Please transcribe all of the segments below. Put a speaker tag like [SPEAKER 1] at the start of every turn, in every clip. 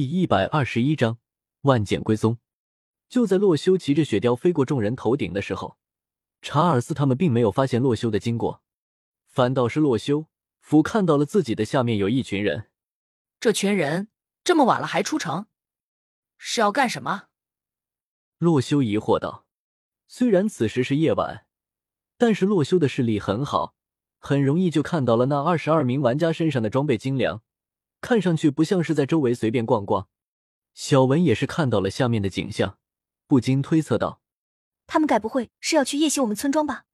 [SPEAKER 1] 第121章万剑归宗。就在洛修骑着雪貂飞过众人头顶的时候，查尔斯他们并没有发现洛修的经过，反倒是洛修俯看到了自己的下面有一群人。
[SPEAKER 2] 这群人这么晚了还出城，是要干什么？
[SPEAKER 1] 洛修疑惑道。虽然此时是夜晚，但是洛修的视力很好，很容易就看到了那22名玩家身上的装备精良，看上去不像是在周围随便逛逛。小文也是看到了下面的景象，不禁推测道：
[SPEAKER 3] 他们该不会是要去夜袭我们村庄吧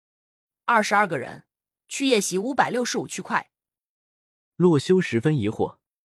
[SPEAKER 2] ？22个人去夜袭565区块。
[SPEAKER 1] 洛修十分疑惑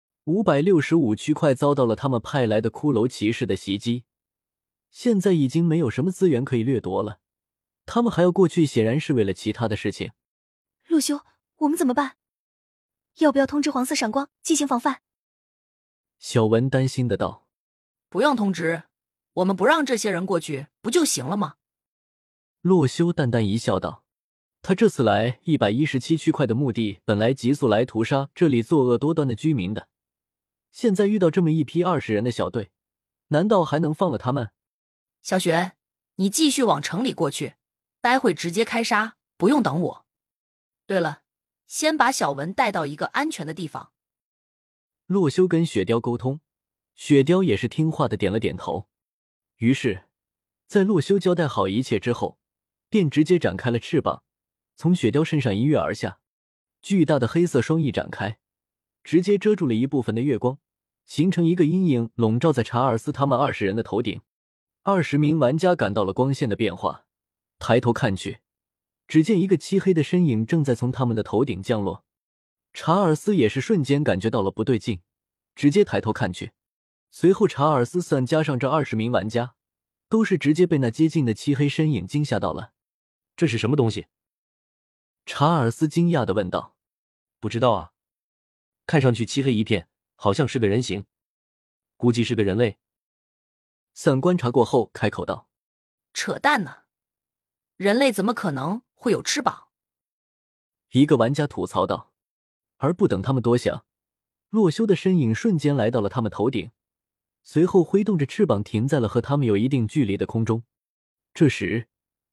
[SPEAKER 1] ，565区块遭到了他们派来的骷髅骑士的袭击，现在已经没有什么资源可以掠夺了，他们还要过去，显然是为了其他的事情。
[SPEAKER 3] 陆修，我们怎么办？要不要通知黄色闪光进行防范？
[SPEAKER 1] 小文担心的道。
[SPEAKER 2] 不用通知，我们不让这些人过去不就行了吗？
[SPEAKER 1] 洛修淡淡一笑道，他这次来117区块的目的本来急速来屠杀这里作恶多端的居民的，现在遇到这么一批20人的小队，难道还能放了他们？
[SPEAKER 2] 小雪，你继续往城里过去，待会直接开杀，不用等我。对了，先把小文带到一个安全的地方。
[SPEAKER 1] 洛修跟雪貂沟通，雪貂也是听话的点了点头。于是在洛修交代好一切之后，便直接展开了翅膀，从雪貂身上一跃而下，巨大的黑色双翼展开，直接遮住了一部分的月光，形成一个阴影笼罩在查尔斯他们20人的头顶。20名玩家感到了光线的变化，抬头看去，只见一个漆黑的身影正在从他们的头顶降落。查尔斯也是瞬间感觉到了不对劲，直接抬头看去，随后查尔斯算加上这20名玩家，都是直接被那接近的漆黑身影惊吓到了。
[SPEAKER 4] 这是什么东西？
[SPEAKER 1] 查尔斯惊讶地问道。
[SPEAKER 4] 不知道啊，看上去漆黑一片，好像是个人形，估计是个人类。
[SPEAKER 1] 散观察过后开口道。
[SPEAKER 2] 扯淡呢，人类怎么可能会有翅膀？
[SPEAKER 1] 一个玩家吐槽道。而不等他们多想，洛修的身影瞬间来到了他们头顶，随后挥动着翅膀停在了和他们有一定距离的空中。这时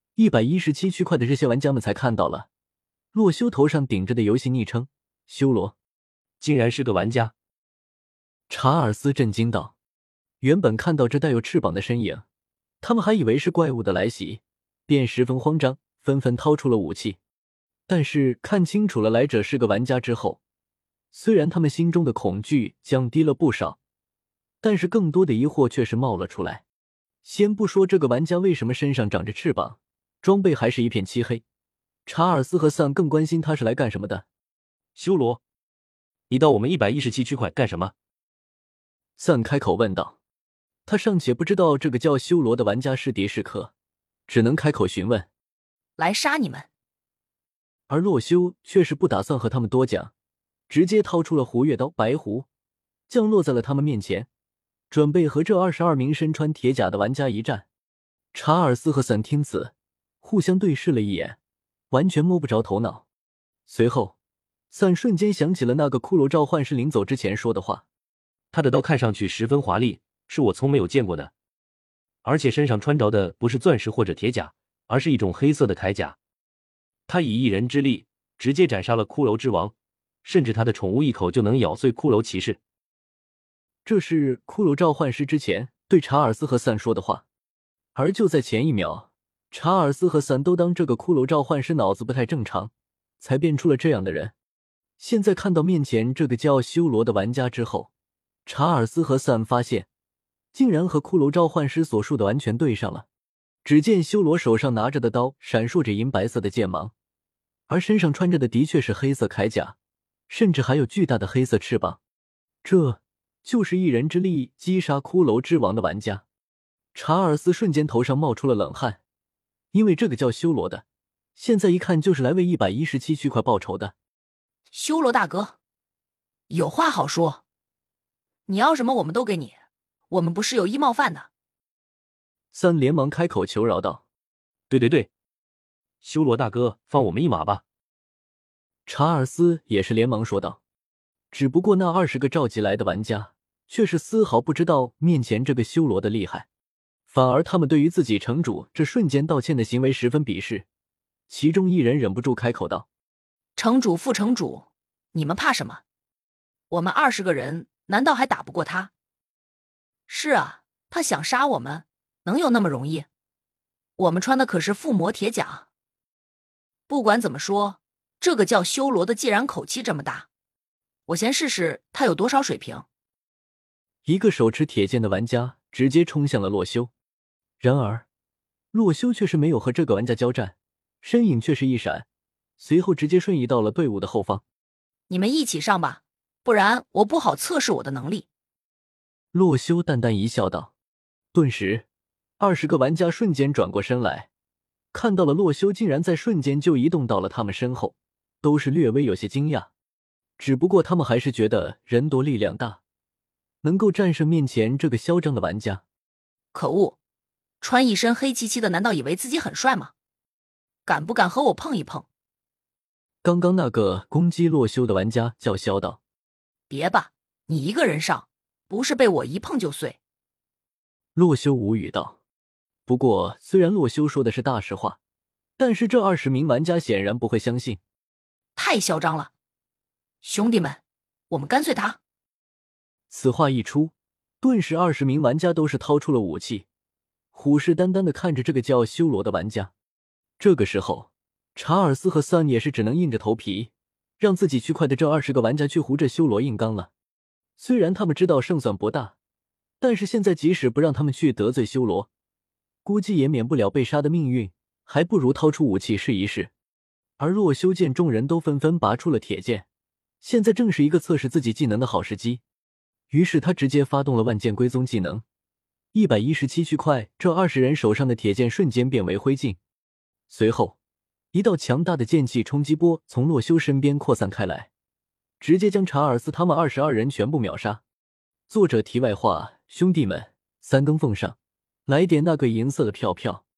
[SPEAKER 1] 117区块的这些玩家们才看到了洛修头上顶着的游戏昵称修罗，
[SPEAKER 4] 竟然是个玩家。
[SPEAKER 1] 查尔斯震惊道。原本看到这带有翅膀的身影，他们还以为是怪物的来袭，便十分慌张，纷纷掏出了武器。但是看清楚了来者是个玩家之后，虽然他们心中的恐惧降低了不少，但是更多的疑惑却是冒了出来。先不说这个玩家为什么身上长着翅膀，装备还是一片漆黑，查尔斯和桑更关心他是来干什么的。
[SPEAKER 4] 修罗，你到我们117区块干什么？
[SPEAKER 1] 桑开口问道。他尚且不知道这个叫修罗的玩家是敌是客，只能开口询问。
[SPEAKER 2] 来杀你们。
[SPEAKER 1] 而洛修却是不打算和他们多讲，直接掏出了胡月刀白狐，降落在了他们面前，准备和这22名身穿铁甲的玩家一战。查尔斯和散听此互相对视了一眼，完全摸不着头脑。随后散瞬间想起了那个骷髅召唤师临走之前说的话，
[SPEAKER 4] 他的刀看上去十分华丽，是我从没有见过的，而且身上穿着的不是钻石或者铁甲，而是一种黑色的铠甲。他以一人之力直接斩杀了骷髅之王，甚至他的宠物一口就能咬碎骷髅骑士。
[SPEAKER 1] 这是骷髅召唤师之前对查尔斯和散说的话，而就在前一秒，查尔斯和散都当这个骷髅召唤师脑子不太正常，才变出了这样的人。现在看到面前这个叫修罗的玩家之后，查尔斯和散发现竟然和骷髅召唤师所述的完全对上了。只见修罗手上拿着的刀闪烁着银白色的剑芒，而身上穿着的的确是黑色铠甲，甚至还有巨大的黑色翅膀。这就是一人之力击杀骷髅之王的玩家。查尔斯瞬间头上冒出了冷汗，因为这个叫修罗的现在一看就是来为117区块报仇的。
[SPEAKER 2] 修罗大哥，有话好说，你要什么我们都给你，我们不是有意冒犯的。
[SPEAKER 1] 三连忙开口求饶道。
[SPEAKER 4] 对，修罗大哥，放我们一马吧。
[SPEAKER 1] 查尔斯也是连忙说道。只不过那20个召集来的玩家却是丝毫不知道面前这个修罗的厉害，反而他们对于自己城主这瞬间道歉的行为十分鄙视。其中一人忍不住开口道：
[SPEAKER 2] 城主、副城主，你们怕什么？我们20个人难道还打不过他？是啊，他想杀我们，能有那么容易？我们穿的可是附魔铁甲。不管怎么说，这个叫修罗的既然口气这么大，我先试试他有多少水平。
[SPEAKER 1] 一个手持铁剑的玩家直接冲向了洛修，然而洛修却是没有和这个玩家交战，身影却是一闪，随后直接瞬移到了队伍的后方。
[SPEAKER 2] 你们一起上吧，不然我不好测试我的能力。
[SPEAKER 1] 洛修淡淡一笑道。顿时20个玩家瞬间转过身来，看到了洛修竟然在瞬间就移动到了他们身后，都是略微有些惊讶。只不过他们还是觉得人多力量大，能够战胜面前这个嚣张的玩家。
[SPEAKER 2] 可恶，穿一身黑漆漆的难道以为自己很帅吗？敢不敢和我碰一碰？
[SPEAKER 1] 刚刚那个攻击洛修的玩家叫嚣道。
[SPEAKER 2] 别吧，你一个人上，不是被我一碰就碎。
[SPEAKER 1] 洛修无语道。不过虽然洛修说的是大实话，但是这20名玩家显然不会相信。
[SPEAKER 2] 太嚣张了，兄弟们，我们干脆打。
[SPEAKER 1] 此话一出，顿时20名玩家都是掏出了武器，虎视眈眈地看着这个叫修罗的玩家。这个时候查尔斯和桑也是只能硬着头皮让自己去快的这20个玩家去胡这修罗硬刚了。虽然他们知道胜算不大，但是现在即使不让他们去得罪修罗，估计也免不了被杀的命运，还不如掏出武器试一试。而洛修见众人都纷纷拔出了铁剑，现在正是一个测试自己技能的好时机，于是他直接发动了万剑归宗技能117去快，这20人手上的铁剑瞬间变为灰烬。随后一道强大的剑气冲击波从洛修身边扩散开来，直接将查尔斯他们22人全部秒杀。作者题外话，兄弟们，3更奉上，来点那个银色的票票。